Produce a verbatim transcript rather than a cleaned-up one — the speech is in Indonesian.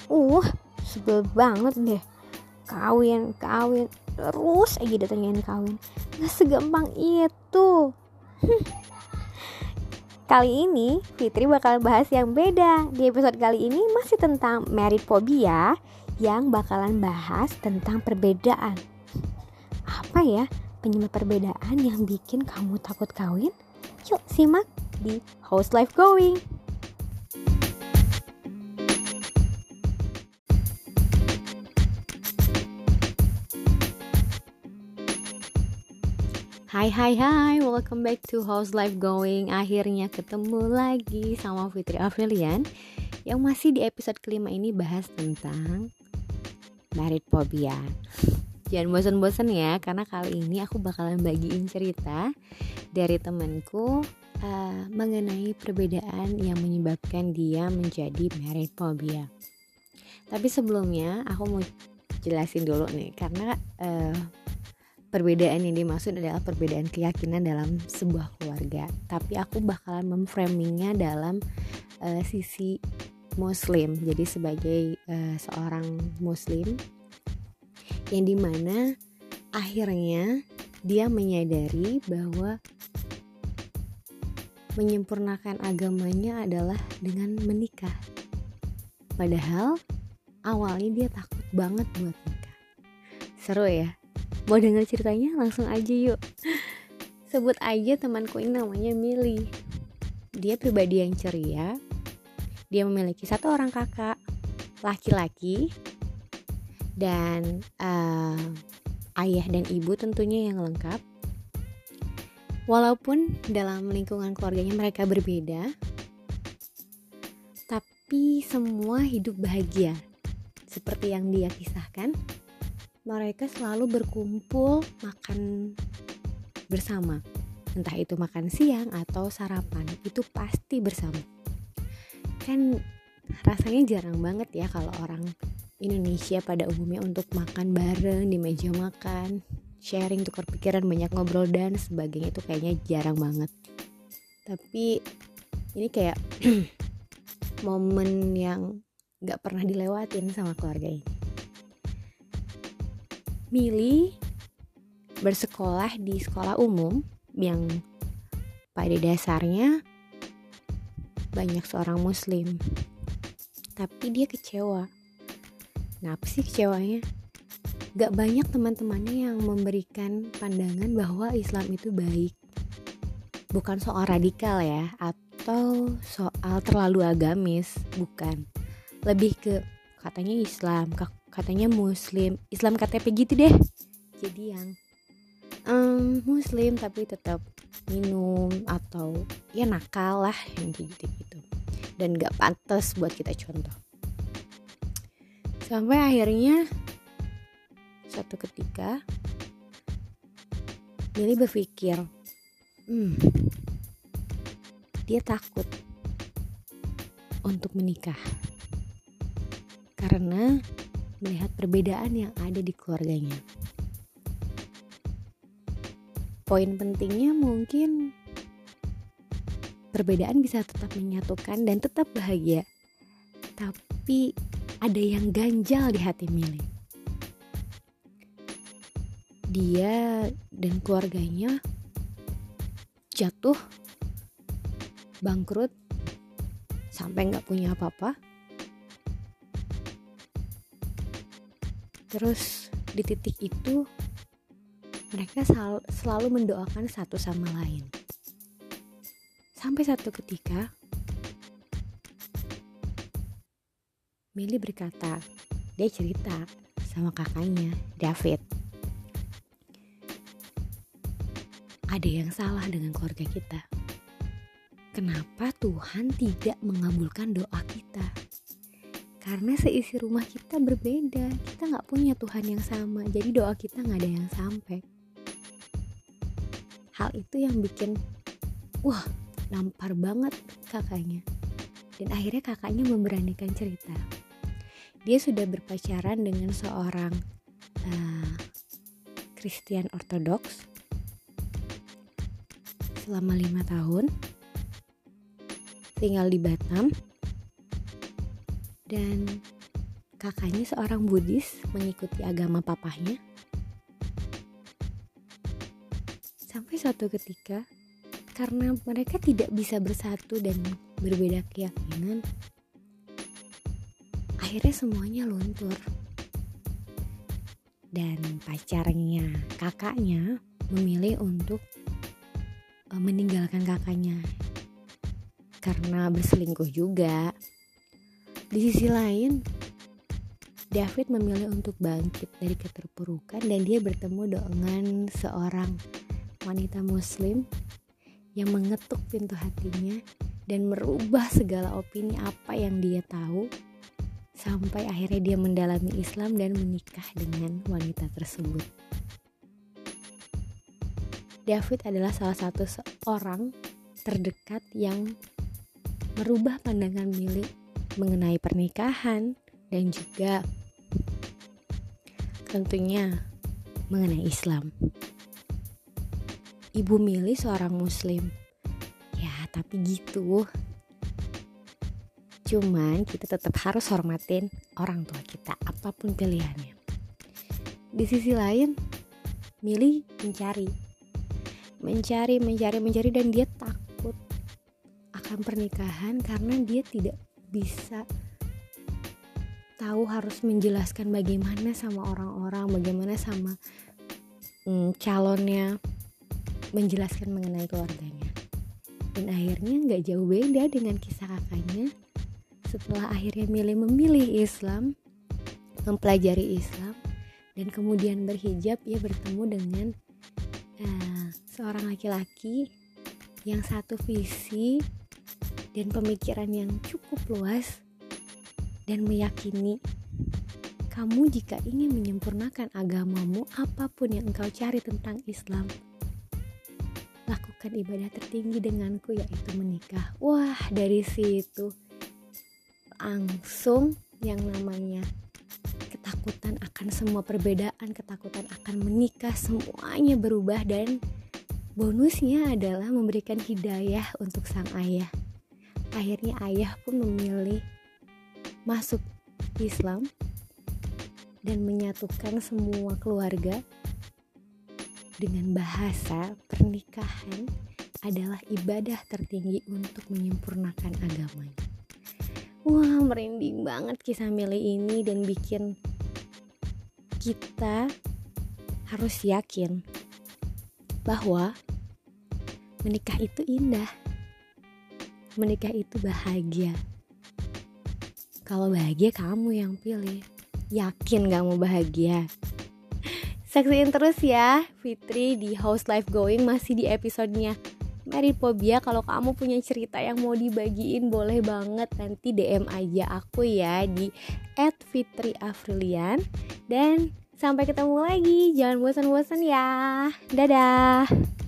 Uh, sebel banget deh. Kawin, kawin, terus aja ditanyain kawin. Gak segampang itu. Kali ini Fitri bakal bahas yang beda. Di episode kali ini masih tentang married phobia, yang bakalan bahas tentang perbedaan. Apa ya penyebab perbedaan yang bikin kamu takut kawin? Yuk simak di How's Life Going. Hai hai hai, welcome back to How's Life Going. Akhirnya ketemu lagi sama Fitri Afilian yang masih di episode kelima ini bahas tentang married phobia. Jangan bosan-bosan ya, karena kali ini aku bakalan bagiin cerita dari temanku uh, mengenai perbedaan yang menyebabkan dia menjadi married phobia. Tapi sebelumnya aku mau jelasin dulu nih, karena uh, perbedaan yang dimaksud adalah perbedaan keyakinan dalam sebuah keluarga. Tapi aku bakalan memframingnya dalam uh, sisi Muslim. Jadi sebagai uh, seorang Muslim yang dimana akhirnya dia menyadari bahwa menyempurnakan agamanya adalah dengan menikah. Padahal awalnya dia takut banget buat nikah. Seru ya? Mau denger ceritanya? Langsung aja yuk. Sebut aja temanku ini namanya Mili. Dia pribadi yang ceria. Dia memiliki satu orang kakak laki-laki dan uh, ayah dan ibu tentunya yang lengkap. Walaupun dalam lingkungan keluarganya mereka berbeda, tapi semua hidup bahagia. Seperti yang dia kisahkan, mereka selalu berkumpul makan bersama. Entah itu makan siang atau sarapan, itu pasti bersama. Kan rasanya jarang banget ya kalau orang Indonesia pada umumnya untuk makan bareng di meja makan, sharing, tukar pikiran, banyak ngobrol dan sebagainya, itu kayaknya jarang banget. Tapi ini kayak momen yang gak pernah dilewatin sama keluarga ini. Mili bersekolah di sekolah umum yang pada dasarnya banyak seorang muslim. Tapi dia kecewa. Kenapa sih kecewanya? Gak banyak teman-temannya yang memberikan pandangan bahwa Islam itu baik. Bukan soal radikal ya, atau soal terlalu agamis, bukan. Lebih ke katanya Islam, katanya Muslim, Islam K T P gitu deh. Jadi yang um, Muslim tapi tetap minum atau ya nakal lah yang gitu-gitu. Dan gak pantas buat kita contoh. Sampai akhirnya suatu ketika Mili berpikir, hmm, dia takut untuk menikah karena melihat perbedaan yang ada di keluarganya. Poin pentingnya mungkin perbedaan bisa tetap menyatukan dan tetap bahagia, tapi ada yang ganjal di hati Mili. Dia dan keluarganya jatuh, bangkrut, sampai gak punya apa-apa. Terus di titik itu mereka sel- selalu mendoakan satu sama lain. Sampai satu ketika Mili berkata, dia cerita sama kakaknya David, ada yang salah dengan keluarga kita. Kenapa Tuhan tidak mengabulkan doa kita? Karena seisi rumah kita berbeda, kita gak punya Tuhan yang sama, jadi doa kita gak ada yang sampai. Hal itu yang bikin, wah, nampar banget kakaknya. Dan akhirnya kakaknya memberanikan cerita. Dia sudah berpacaran dengan seorang uh, Kristen Ortodoks selama lima tahun, tinggal di Batam, dan kakaknya seorang Buddhis mengikuti agama papahnya. Sampai suatu ketika, karena mereka tidak bisa bersatu dan berbeda keyakinan, akhirnya semuanya luntur. Dan pacarnya kakaknya memilih untuk meninggalkan kakaknya karena berselingkuh juga. Di sisi lain, David memilih untuk bangkit dari keterpurukan dan dia bertemu dengan seorang wanita muslim yang mengetuk pintu hatinya dan merubah segala opini apa yang dia tahu, sampai akhirnya dia mendalami Islam dan menikah dengan wanita tersebut. David adalah salah satu orang terdekat yang merubah pandangan Milly mengenai pernikahan dan juga tentunya mengenai Islam. Ibu Milly seorang muslim. Ya, tapi gitu. Cuman kita tetap harus hormatin orang tua kita, apapun pilihannya. Di sisi lain, Milly mencari, mencari, mencari, mencari dan dia takut akan pernikahan karena dia tidak bisa tahu harus menjelaskan bagaimana sama orang-orang, bagaimana sama hmm, calonnya, menjelaskan mengenai keluarganya. Dan akhirnya gak jauh beda dengan kisah kakaknya. Setelah akhirnya Milly memilih Islam, mempelajari Islam, dan kemudian berhijab, ia bertemu dengan uh, seorang laki-laki yang satu visi dan pemikiran yang cukup luas, dan meyakini kamu jika ingin menyempurnakan agamamu, apapun yang engkau cari tentang Islam, lakukan ibadah tertinggi denganku, yaitu menikah. Wah, dari situ langsung yang namanya ketakutan akan semua perbedaan, ketakutan akan menikah, semuanya berubah. Dan bonusnya adalah memberikan hidayah untuk sang ayah. Akhirnya ayah pun memilih masuk Islam dan menyatukan semua keluarga dengan bahasa pernikahan adalah ibadah tertinggi untuk menyempurnakan agamanya. Wah, merinding banget kisah Milly ini dan bikin kita harus yakin bahwa menikah itu indah, menikah itu bahagia. Kalau bahagia kamu yang pilih. Yakin gak mau bahagia? Saksiin terus ya Fitri di How's Life Going, masih di episodenya Married Phobia. Kalau kamu punya cerita yang mau dibagiin, boleh banget nanti D M aja aku ya di et fitri afrilian. Dan sampai ketemu lagi, jangan bosan-bosan ya. Dadah.